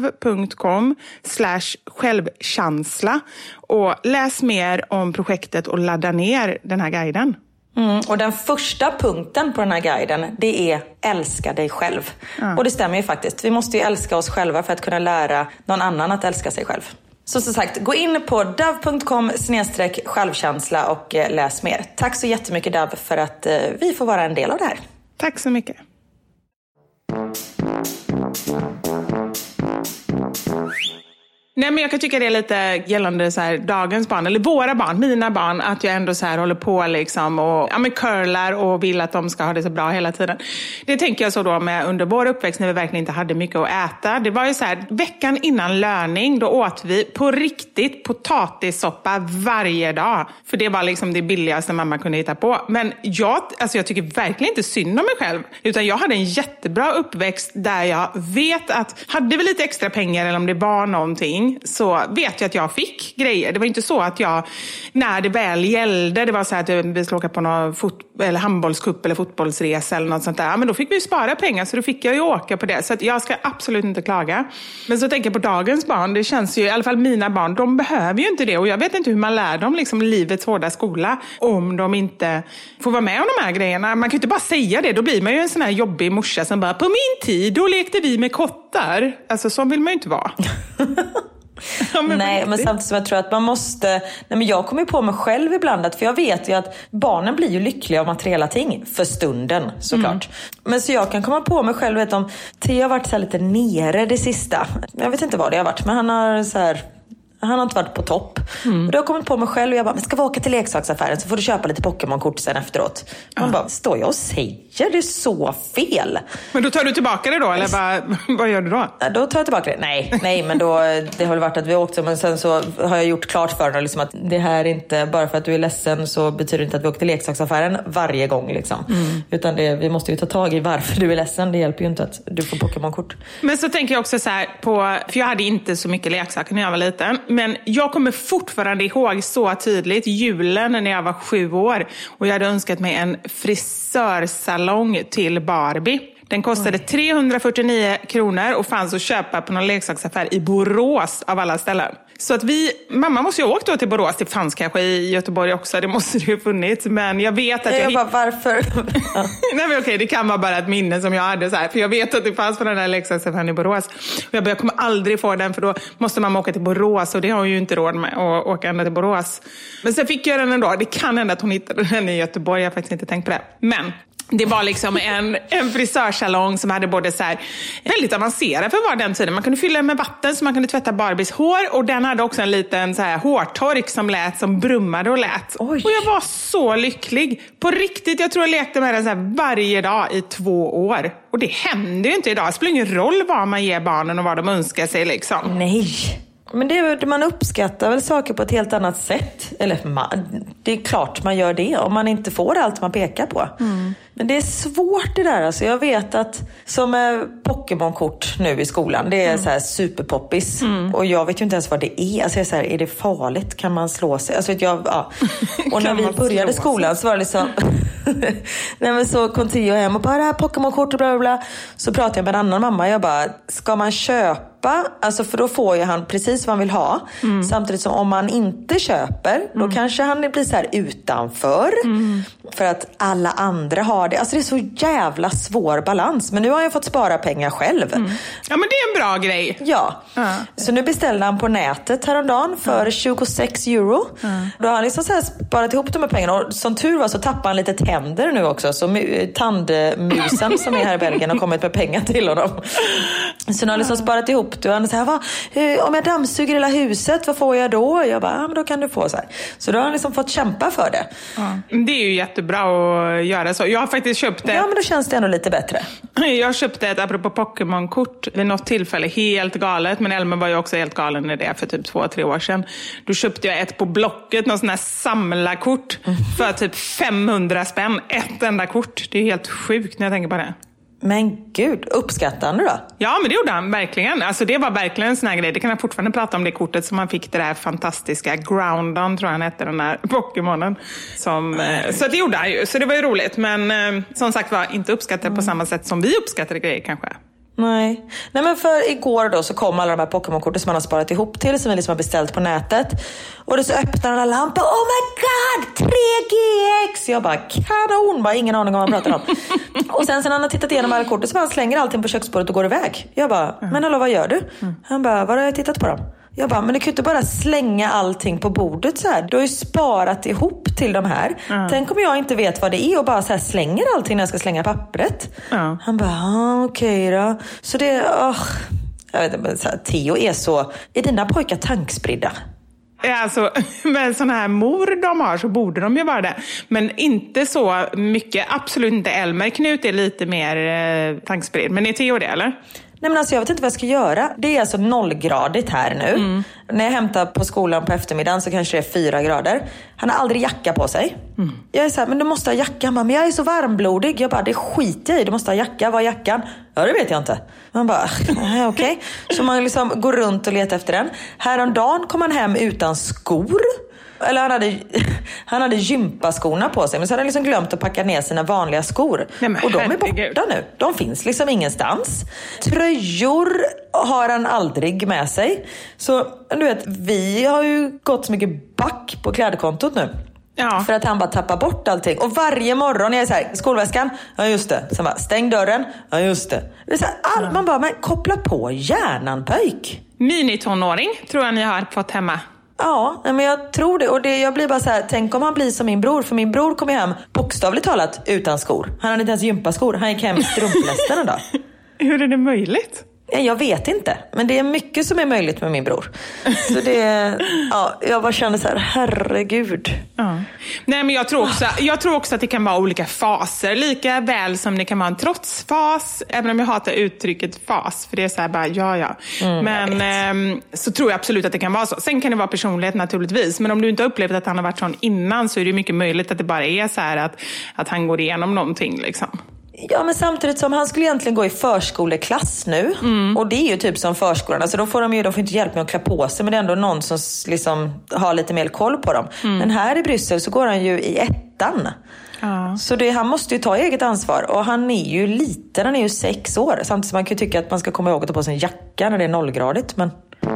dove.com/självkänsla och läs mer om projektet och ladda ner den här guiden. Och den första punkten på den här guiden, det är älska dig själv. Och det stämmer ju faktiskt. Vi måste ju älska oss själva för att kunna lära någon annan att älska sig själv. Så som sagt, gå in på dove.com/självkänsla och läs mer. Tack så jättemycket Dove för att vi får vara en del av det här. Tack så mycket. Nej, men jag kan tycka det är lite gällande så här, dagens barn, eller våra barn, mina barn, att jag ändå så här håller på liksom och curlar och vill att de ska ha det så bra hela tiden. Det tänker jag så då med under vår uppväxt när vi verkligen inte hade mycket att äta. Det var ju så här, veckan innan löning, då åt vi på riktigt potatissoppa varje dag. För det var liksom det billigaste mamma kunde hitta på. Men jag tycker verkligen inte synd om mig själv. Utan jag hade en jättebra uppväxt där jag vet att, hade vi lite extra pengar eller om det var någonting, så vet jag att jag fick grejer. Det var inte så att jag, när det väl gällde, det var så här att vi skulle åka på någon eller handbollscup eller fotbollsresa eller något sånt där. Ja, men då fick vi ju spara pengar, så då fick jag ju åka på det. Så att jag ska absolut inte klaga. Men så tänker jag på dagens barn, det känns ju, i alla fall mina barn, de behöver ju inte det. Och jag vet inte hur man lär dem liksom livets hårda skola om de inte får vara med om de här grejerna. Man kan ju inte bara säga det, då blir man ju en sån här jobbig morsa som bara, på min tid, då lekte vi med kottar. Alltså så vill man ju inte vara. Ja, men samtidigt som jag tror att man måste... Nej, men jag kommer på mig själv ibland att, för jag vet ju att barnen blir ju lyckliga av materiella ting för stunden, såklart. Men så jag kan komma på mig själv, vet om Theo har varit så här lite nere det sista. Jag vet inte vad det har varit, men han har inte varit på topp. Och då har jag kommit på mig själv och jag bara, men ska vi åka till leksaksaffären så får du köpa lite Pokémon-kort sen efteråt. Man bara, står jag och säger det så fel? Men då tar du tillbaka det då, eller vad gör du då? Då tar jag tillbaka det. Nej, men då, det har väl varit att vi åkte, men sen så har jag gjort klart för dig liksom att det här inte, bara för att du är ledsen så betyder det inte att vi åker till leksaksaffären varje gång liksom. Utan vi måste ju ta tag i varför du är ledsen. Det hjälper ju inte att du får Pokémon-kort. Men så tänker jag också så här på, för jag hade inte så mycket leksaker när jag var liten. Men jag kommer fortfarande ihåg så tydligt julen när jag var 7 år. Och jag hade önskat mig en frisörsalong till Barbie. Den kostade 349 kronor och fanns att köpa på någon leksaksaffär i Borås av alla ställen. Så att mamma måste ju ha åkt då till Borås. Det fanns kanske i Göteborg också, det måste det ju funnits. Men jag vet att jag bara, varför? Nej men okej, det kan vara bara ett minne som jag hade så här. För jag vet att det fanns på den där leksaksaffären i Borås. Och jag kommer aldrig få den, för då måste mamma åka till Borås. Och det har hon ju inte råd med att åka ända till Borås. Men sen fick jag den ändå. Det kan hända att hon hittade den i Göteborg, jag har faktiskt inte tänkt på det. Men det var liksom en frisörsalong som hade både så här väldigt avancerad för var den tiden. Man kunde fylla med vatten så man kunde tvätta Barbies hår. Och den hade också en liten så här hårtork som lät, som brummade och lät. Oj. Och jag var så lycklig. På riktigt, jag tror jag lekte med den så här varje dag i 2 år. Och det händer ju inte idag. Det spelar ingen roll vad man ger barnen och vad de önskar sig liksom. Nej. Men man uppskattar väl saker på ett helt annat sätt. Eller det är klart man gör det om man inte får allt man pekar på. Men det är svårt det där. Alltså jag vet att som Pokémon-kort nu i skolan, det är så här superpoppis. Och jag vet ju inte ens vad det är. Alltså jag är så här, är det farligt? Kan man slå sig? Alltså Och när vi började skolan så var det liksom... Nej, men så kom Theo hem och bara, det här Pokémon-kort och bla bla bla. Så pratade jag med en annan mamma. Jag bara, ska man köpa? Alltså för då får ju han precis vad han vill ha. Samtidigt som om man inte köper, då kanske han blir så här utanför. För att alla andra har det. Alltså det är så jävla svår balans. Men nu har jag fått spara pengar själv. Ja, men det är en bra grej. Ja. Så nu beställde han på nätet häromdagen för 26 euro. Då har han liksom så här sparat ihop de här pengarna. Och som tur var så tappade han lite tänder nu också. Så tandmusen som är här i Belgien har kommit med pengar till honom. Så nu har liksom sparat ihop. Och han så här, om jag dammsuger hela huset, vad får jag då? Jag bara, men då kan du få så här. Så då har han liksom fått kämpa för det. Det är ju jättebra att göra så. Jag har faktiskt köpt Ja, men då känns det ändå lite bättre. Jag köpte ett, apropå Pokémon-kort, vid något tillfälle, helt galet. Men Elmer var ju också helt galen i det för typ 2-3 år sedan. Då köpte jag ett på Blocket, någon sån här samlarkort för typ 500 spänn. Ett enda kort. Det är helt sjukt när jag tänker på det. Men gud, uppskattande då? Ja, men det gjorde han verkligen. Alltså det var verkligen en sån här grej. Det kan jag fortfarande prata om, det kortet som man fick, det där fantastiska Groundon, tror jag han hette, den där Pokémonen. Så det gjorde han ju. Så det var ju roligt. Men som sagt var, inte uppskattade på samma sätt som vi uppskattade grejer kanske. Nej, men för igår då så kom alla de här Pokémon-korten som man har sparat ihop till, som vi liksom har beställt på nätet. Och då så öppnar alla lampor. Oh my god, 3GX! Jag bara, kanon, bara ingen aning om vad man pratar om. Och sen han har tittat igenom alla korten så han slänger allting på köksbordet och går iväg. Jag bara, men hallå, vad gör du? Han bara, vad har jag tittat på dem? Jag bara, men du kan ju inte bara slänga allting på bordet så här. Du har ju sparat ihop till de här. Tänk om jag inte vet vad det är och bara så här slänger allting när jag ska slänga pappret. Han bara, okej då. Så det, Jag vet inte, så här, Theo är så... Är dina pojkar tankspridda? Alltså, med sån här mor de har så borde de ju vara det. Men inte så mycket. Absolut inte Elmer. Knut är lite mer tankspridd. Men är Theo det, eller? Nej, men alltså jag vet inte vad jag ska göra. Det är alltså 0-gradigt här nu. När jag hämtar på skolan på eftermiddagen så kanske det är 4 grader. Han har aldrig jacka på sig. Jag är så här, men du måste ha jacka. Men jag är så varmblodig. Jag bara, det skiter i. Du måste ha jacka. Vad är jackan? Ja, det vet jag inte. Man bara, okej. Så man liksom går runt och letar efter den. Häromdagen kom han hem utan skor. Eller han hade gympaskorna på sig. Men så hade han liksom glömt att packa ner sina vanliga skor. Och de är borta nu. De finns liksom ingenstans. Tröjor har han aldrig med sig. Så du vet, vi har ju gått så mycket back på klädkontot nu. Ja. För att han bara tappar bort allting. Och varje morgon är jag så här, skolväskan, ja just det. Sen bara, stäng dörren, ja just det. Det är så här, man bara, men koppla på hjärnan, pöjk. Minitonåring tror jag ni har fått hemma. Ja, men jag tror det. Och jag blir bara så här, tänk om han blir som min bror. För min bror kom hem bokstavligt talat utan skor. Han hade inte ens gympaskor. Han gick hem i strumplästen en dag. Hur är det möjligt? Jag vet inte, men det är mycket som är möjligt med min bror. Så det, ja, jag bara känner så här, herregud. Ja. Nej, men jag tror också att det kan vara olika faser. Lika väl som det kan vara en trotsfas. Även om jag hatar uttrycket fas. För det är så här bara, ja. Men så tror jag absolut att det kan vara så. Sen kan det vara personlighet naturligtvis. Men om du inte har upplevt att han har varit sån innan så är det mycket möjligt att det bara är så här att han går igenom någonting liksom. Ja, men samtidigt som han skulle egentligen gå i förskoleklass nu. Och det är ju typ som förskolan. Alltså de får inte hjälp med att klä på sig. Men det är ändå någon som liksom har lite mer koll på dem. Men här i Bryssel så går han ju i 1:an. Så han måste ju ta eget ansvar. Och han är ju liten, han är ju 6 år. Samtidigt som man kan ju tycka att man ska komma ihåg att ta på sig en jacka när det är 0-gradigt. Men...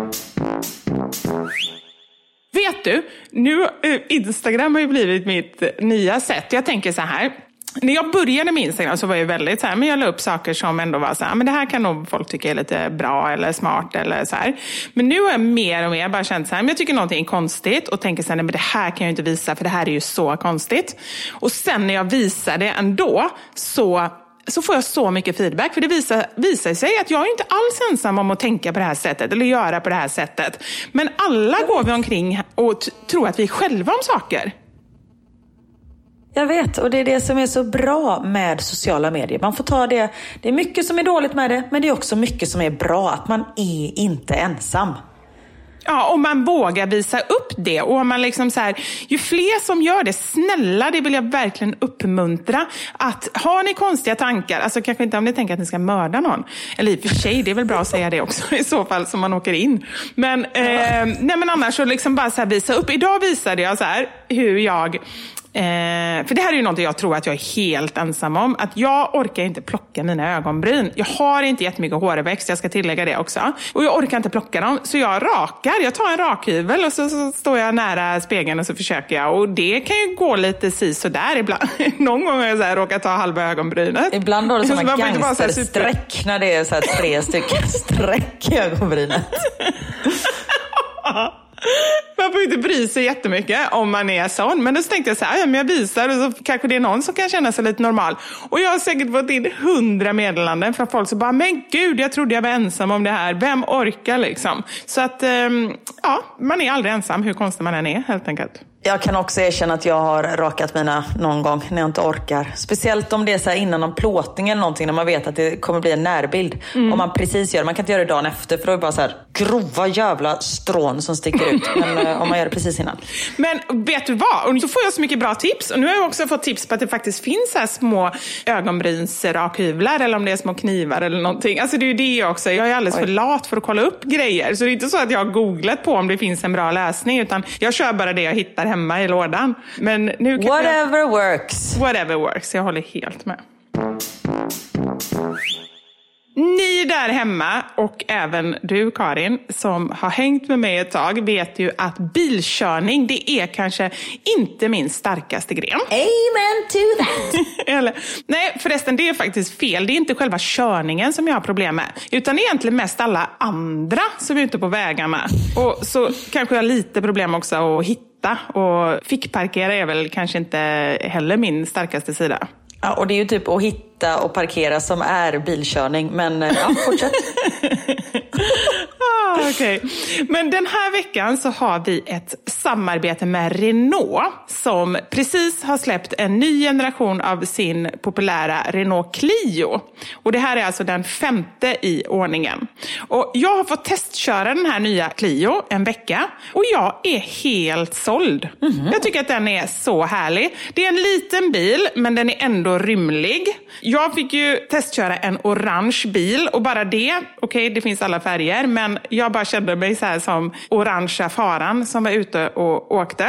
Vet du, nu Instagram har ju blivit mitt nya sätt. Jag tänker så här. När jag började med Instagram så var jag väldigt så här, men jag la upp saker som ändå var så här, men det här kan nog folk tycka är lite bra eller smart eller så här. Men nu har jag mer och mer bara känt så här, men jag tycker någonting är konstigt och tänker så här, nej, men det här kan jag inte visa för det här är ju så konstigt. Och sen när jag visar det ändå så får jag så mycket feedback. För det visar sig att jag är inte alls ensam om att tänka på det här sättet eller göra på det här sättet. Men alla går vi omkring och tror att vi är själva om saker. Jag vet, och det är det som är så bra med sociala medier. Man får ta det. Det är mycket som är dåligt med det, men det är också mycket som är bra. Att man är inte ensam. Ja, och man vågar visa upp det. Och man liksom så här, ju fler som gör det, snälla, det vill jag verkligen uppmuntra. Att har ni konstiga tankar, alltså kanske inte om ni tänker att ni ska mörda någon. Eller i och för sig, det är väl bra att säga det också i så fall som man åker in. Men, nej, men annars så liksom bara så här visa upp. Idag visade jag så här hur jag... för det här är ju något jag tror att jag är helt ensam om. Att jag orkar inte plocka mina ögonbryn. Jag har inte jättemycket hårväxt, jag ska tillägga det också. Och jag orkar inte plocka dem, så jag rakar. Jag tar en rakhyvel och så står jag nära spegeln och så försöker jag. Och det kan ju gå lite sådär ibland. Någon gång har jag så här råkat ta halva ögonbrynet. Ibland har du sådana gangstersträck när det är så här 3 stycken streck i ögonbrynet. Man får inte bry sig jättemycket om man är sån. Men då tänkte jag så här, men jag visar och så kanske det är någon som kan känna sig lite normal. Och jag har säkert fått in 100 meddelanden från folk som bara, men gud, jag trodde jag var ensam om det här. Vem orkar liksom? Så att, ja, man är aldrig ensam, hur konstig man än är helt enkelt. Jag kan också erkänna att jag har rakat mina någon gång när jag inte orkar. Speciellt om det är så här innan någon plåtning eller någonting, när man vet att det kommer bli en närbild. Om man precis gör det. Man kan inte göra det dagen efter, för då är det bara så här grova jävla strån som sticker ut. Men om man gör det precis innan. Men vet du vad? Och så får jag så mycket bra tips. Och nu har jag också fått tips på att det faktiskt finns så här små ögonbrynsrakhyvlar, eller om det är små knivar eller någonting. Alltså det är ju det också. Jag är alldeles för lat för att kolla upp grejer. Så det är inte så att jag har googlat på om det finns en bra lösning, utan jag kör bara det jag hittar hemma i lådan. Men nu kan Whatever works. Jag håller helt med. Ni där hemma och även du, Karin, som har hängt med mig ett tag, vet ju att bilkörning, det är kanske inte min starkaste gren. Amen to that. Eller, nej, förresten, det är faktiskt fel. Det är inte själva körningen som jag har problem med, utan egentligen mest alla andra som är ute på vägarna. Och så kanske jag har lite problem också att hitta, och fickparkera är väl kanske inte heller min starkaste sida. Ja, och det är ju typ att hitta och parkera som är bilkörning. Men ja, fortsätt. Okej. Men den här veckan så har vi ett samarbete med Renault som precis har släppt en ny generation av sin populära Renault Clio. Och det här är alltså den 5:e i ordningen. Och jag har fått testköra den här nya Clio en vecka och jag är helt såld. Jag tycker att den är så härlig. Det är en liten bil men den är ändå rymlig. Jag fick ju testköra en orange bil och bara det, okej, det finns alla färger, men jag bara kände mig så här som orangea faran som var ute och åkte.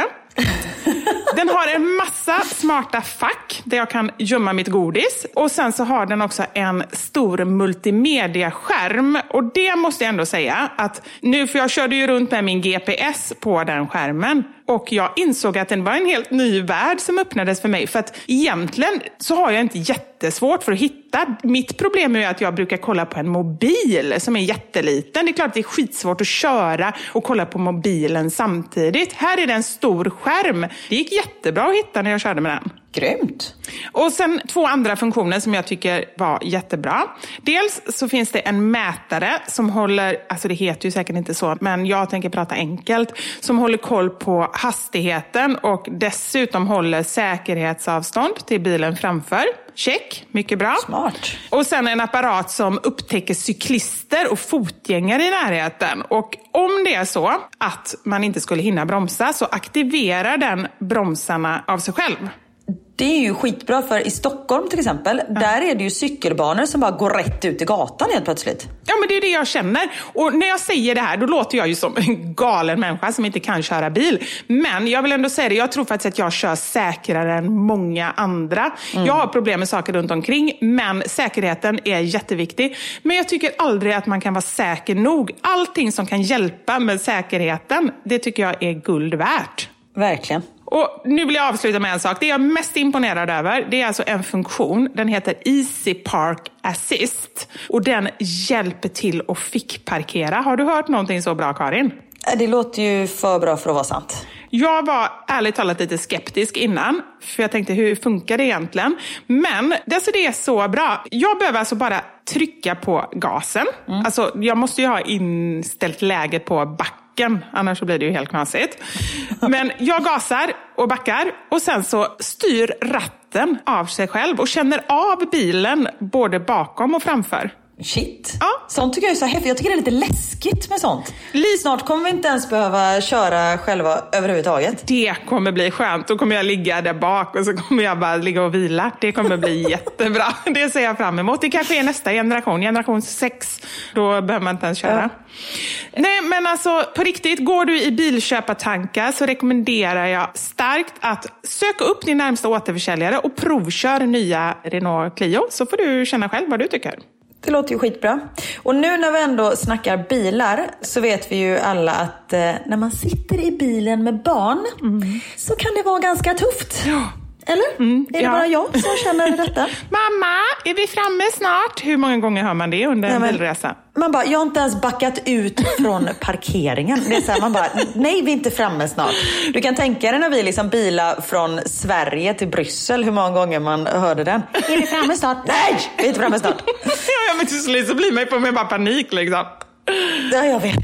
Den har en massa smarta fack där jag kan gömma mitt godis. Och sen så har den också en stor multimedia-skärm. Och det måste jag ändå säga att nu, för jag körde ju runt med min GPS på den skärmen. Och jag insåg att det var en helt ny värld som öppnades för mig. För att egentligen så har jag inte jättesvårt för att hitta. Mitt problem är att jag brukar kolla på en mobil som är jätteliten. Det är klart att det är skitsvårt att köra och kolla på mobilen samtidigt. Här är det en stor skärm. Det gick jättebra att hitta när jag körde med den. Grymt. Och sen 2 andra funktioner som jag tycker var jättebra. Dels så finns det en mätare som håller, alltså det heter ju säkert inte så, men jag tänker prata enkelt, som håller koll på hastigheten och dessutom håller säkerhetsavstånd till bilen framför. Check, mycket bra. Smart. Och sen en apparat som upptäcker cyklister och fotgängare i närheten. Och om det är så att man inte skulle hinna bromsa så aktiverar den bromsarna av sig själv. Det är ju skitbra, för i Stockholm till exempel, där är det ju cykelbanor som bara går rätt ut i gatan helt plötsligt. Ja, men det är det jag känner. Och när jag säger det här, då låter jag ju som en galen människa som inte kan köra bil. Men jag vill ändå säga det, jag tror faktiskt att jag kör säkrare än många andra. Jag har problem med saker runt omkring, men säkerheten är jätteviktig. Men jag tycker aldrig att man kan vara säker nog. Allting som kan hjälpa med säkerheten, det tycker jag är guld värt. Verkligen. Och nu vill jag avsluta med en sak. Det jag är mest imponerad över, det är alltså en funktion. Den heter Easy Park Assist. Och den hjälper till att fickparkera. Har du hört någonting så bra, Karin? Det låter ju för bra för att vara sant. Jag var ärligt talat lite skeptisk innan. För jag tänkte, hur funkar det egentligen? Men det är så bra. Jag behöver alltså bara trycka på gasen. Alltså jag måste ju ha inställt läget på backen. Annars så blir det ju helt knasigt. Men jag gasar och backar. Och sen så styr ratten av sig själv. Och känner av bilen både bakom och framför. Shit. Ja. Sånt tycker jag är så häftigt. Jag tycker det är lite läskigt med sånt. Snart kommer vi inte ens behöva köra själva överhuvudtaget. Det kommer bli skönt. Då kommer jag ligga där bak och så kommer jag bara ligga och vila. Det kommer bli jättebra. Det ser jag fram emot. Det kanske är nästa generation 6. Då behöver man inte ens köra. Ja. Nej, men alltså på riktigt, går du i bilköpartankar så rekommenderar jag starkt att söka upp din närmsta återförsäljare och provkör nya Renault Clio. Så får du känna själv vad du tycker. Det låter ju skitbra. Och nu när vi ändå snackar bilar så vet vi ju alla att när man sitter i bilen med barn så kan det vara ganska tufft. Ja. Eller? Är det bara jag som känner detta? Mamma, är vi framme snart? Hur många gånger hör man det under en bilresa? Man bara, jag har inte ens backat ut från parkeringen. Det är så här, man bara, nej, vi är inte framme snart. Du kan tänka dig när vi liksom bilar från Sverige till Bryssel, hur många gånger man hörde den. Är vi framme snart? Nej, vi är inte framme snart. Ja, men till slut så blir man ju på med bara panik liksom. Ja, jag vet.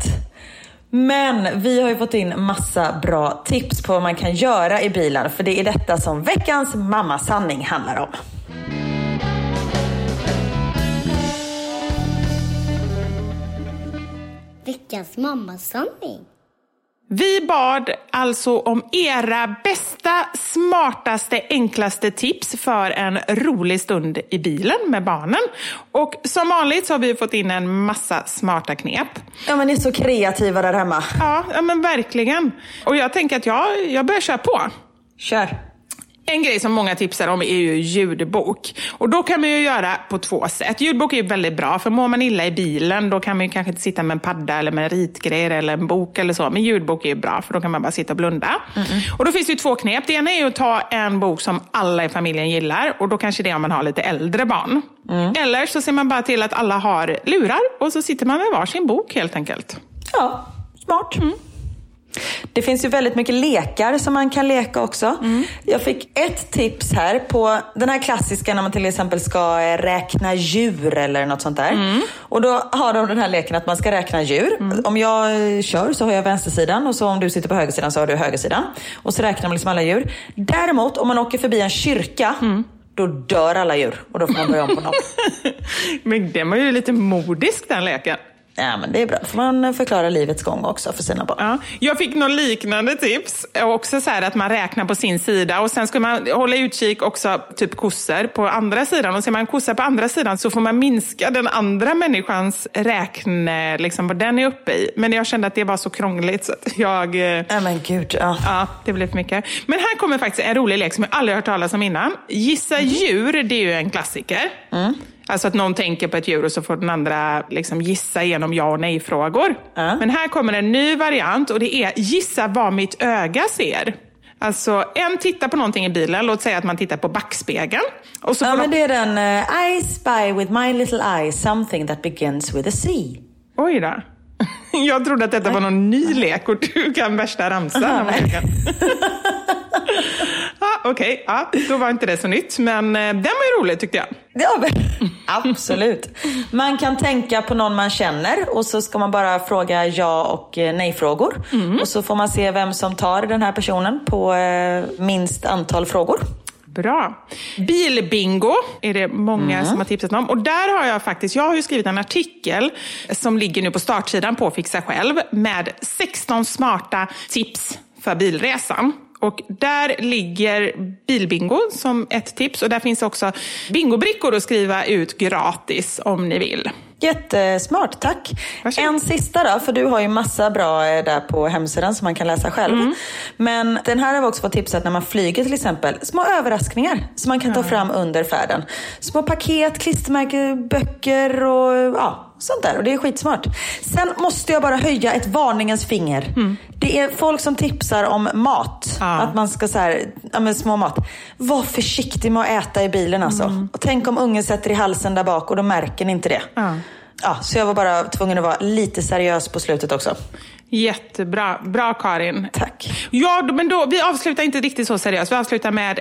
Men vi har ju fått in massa bra tips på vad man kan göra i bilen. För det är detta som veckans mammasanning handlar om. Veckans mammasanning. Vi bad alltså om era bästa, smartaste, enklaste tips för en rolig stund i bilen med barnen. Och som vanligt så har vi fått in en massa smarta knep. Ja, men ni är så kreativa där hemma. Ja, men verkligen. Och jag tänker att jag börjar köra på. Kör. En grej som många tipsar om är ju ljudbok. Och då kan man ju göra på 2 sätt. Ljudbok är ju väldigt bra, för mår man illa i bilen då kan man ju kanske inte sitta med en padda eller med ritgrejer eller en bok eller så. Men ljudbok är ju bra, för då kan man bara sitta och blunda. Och då finns det ju 2 knep. Det ena är ju att ta en bok som alla i familjen gillar. Och då kanske det är om man har lite äldre barn. Eller så ser man bara till att alla har lurar och så sitter man med varsin bok helt enkelt. Ja, smart. Det finns ju väldigt mycket lekar som man kan leka också. Jag fick ett tips här på den här klassiska när man till exempel ska räkna djur eller något sånt där. Och då har de den här leken att man ska räkna djur. Om jag kör så har jag vänstersidan och så om du sitter på högersidan så har du högersidan. Och så räknar man liksom alla djur. Däremot om man åker förbi en kyrka, då dör alla djur och då får man börja om på något. Men det var ju lite modisk den leken. Ja, men det är bra. Får man förklara livets gång också för sina barn. Ja, jag fick någon liknande tips. Också så här att man räknar på sin sida. Och sen ska man hålla utkik också typ kossor på andra sidan. Och ser man kossor på andra sidan så får man minska den andra människans räkne, liksom vad den är uppe i. Men jag kände att det var så krångligt så att jag... Ja, men gud, ja. Ja, det blev för mycket. Men här kommer faktiskt en rolig lek som jag aldrig hört talas om innan. Gissa djur, det är ju en klassiker. Alltså att någon tänker på ett djur och så får den andra liksom gissa igenom ja- och nej-frågor. Men här kommer en ny variant och det är gissa vad mitt öga ser. Alltså en tittar på någonting i bilen, låt säga att man tittar på backspegeln. Och så men det är den I spy with my little eye something that begins with a C. Oj då. Jag trodde att detta var någon ny lek och du kan värsta ramsa. Okej, då var inte det så nytt. Men den var ju rolig tyckte jag. Ja, absolut. Man kan tänka på någon man känner och så ska man bara fråga ja- och nej-frågor. Och så får man se vem som tar den här personen på minst antal frågor. Bra. Bilbingo är det många som har tipsat om. Och där har jag har ju skrivit en artikel som ligger nu på startsidan på Fixa Själv med 16 smarta tips för bilresan. Och där ligger bilbingo som ett tips. Och där finns också bingobrickor att skriva ut gratis om ni vill. Jättesmart, tack. Varsågod. En sista då, för du har ju massa bra där på hemsidan som man kan läsa själv. Men den här har vi också fått tipsat när man flyger till exempel. Små överraskningar som man kan ta fram under färden. Små paket, klistermärken, böcker och sånt där. Och det är skitsmart. Sen måste jag bara höja ett varningens finger. Det är folk som tipsar om mat. Att man ska så här, små mat. Var försiktig med att äta i bilen alltså. Och tänk om ungen sätter i halsen där bak och då märker ni inte det. Så jag var bara tvungen att vara lite seriös på slutet också. Jättebra. Bra Karin. Tack. Ja, men då, vi avslutar inte riktigt så seriöst. Vi avslutar med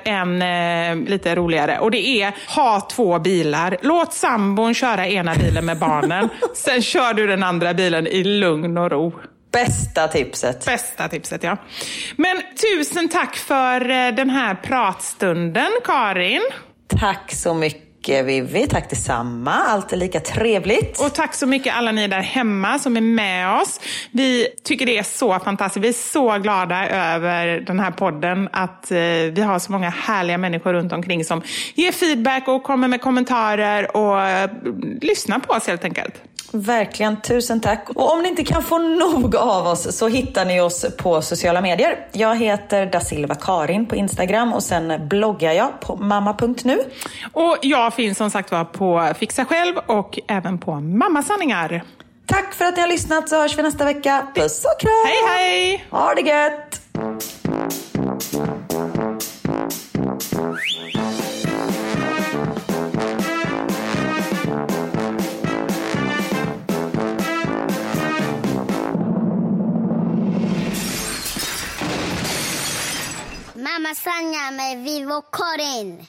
en lite roligare. Och det är ha 2 bilar. Låt sambon köra ena bilen med barnen. Sen kör du den andra bilen i lugn och ro. Bästa tipset. Bästa tipset, ja. Men tusen tack för den här pratstunden, Karin. Tack så mycket. Vivi, tack detsamma. Alltid lika trevligt. Och tack så mycket alla ni där hemma som är med oss. Vi tycker det är så fantastiskt. Vi är så glada över den här podden. Att vi har så många härliga människor runt omkring som ger feedback och kommer med kommentarer och lyssnar på oss helt enkelt. Verkligen, tusen tack. Och om ni inte kan få nog av oss så hittar ni oss på sociala medier. Jag heter Da Silva Karin på Instagram och sen bloggar jag på mamma.nu. Och jag finns som sagt var på Fixa Själv och även på Mammasanningar. Tack för att ni har lyssnat, så hörs vi nästa vecka. Puss och kram! Hej hej! Ha det gött! Mamma Sanja med Vivo Karin.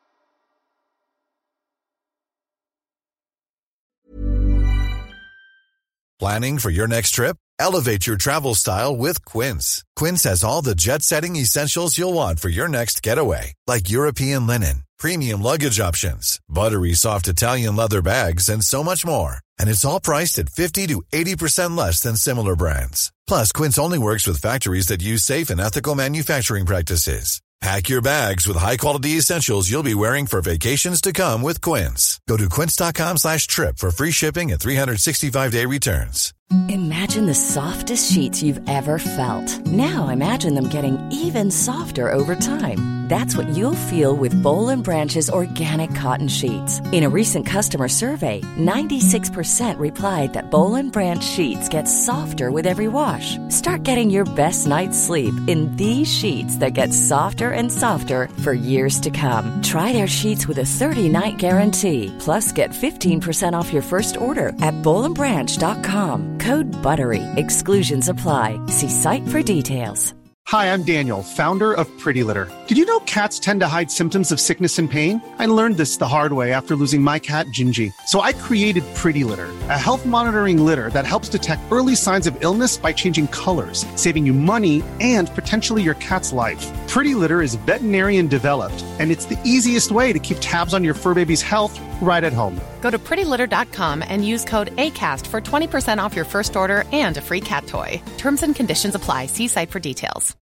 Planning for your next trip? Elevate your travel style with Quince. Quince has all the jet-setting essentials you'll want for your next getaway, like European linen, premium luggage options, buttery soft Italian leather bags, and so much more. And it's all priced at 50 to 80% less than similar brands. Plus, Quince only works with factories that use safe and ethical manufacturing practices. Pack your bags with high-quality essentials you'll be wearing for vacations to come with Quince. Go to quince.com/trip for free shipping and 365-day returns. Imagine the softest sheets you've ever felt. Now imagine them getting even softer over time. That's what you'll feel with Boll & Branch's organic cotton sheets. In a recent customer survey, 96% replied that Boll & Branch sheets get softer with every wash. Start getting your best night's sleep in these sheets that get softer and softer for years to come. Try their sheets with a 30-night guarantee. Plus, get 15% off your first order at bollandbranch.com. Code BUTTERY. Exclusions apply. See site for details. Hi, I'm Daniel, founder of Pretty Litter. Did you know cats tend to hide symptoms of sickness and pain? I learned this the hard way after losing my cat, Gingy. So I created Pretty Litter, a health monitoring litter that helps detect early signs of illness by changing colors, saving you money and potentially your cat's life. Pretty Litter is veterinarian developed, and it's the easiest way to keep tabs on your fur baby's health right at home. Go to prettylitter.com and use code ACAST for 20% off your first order and a free cat toy. Terms and conditions apply. See site for details.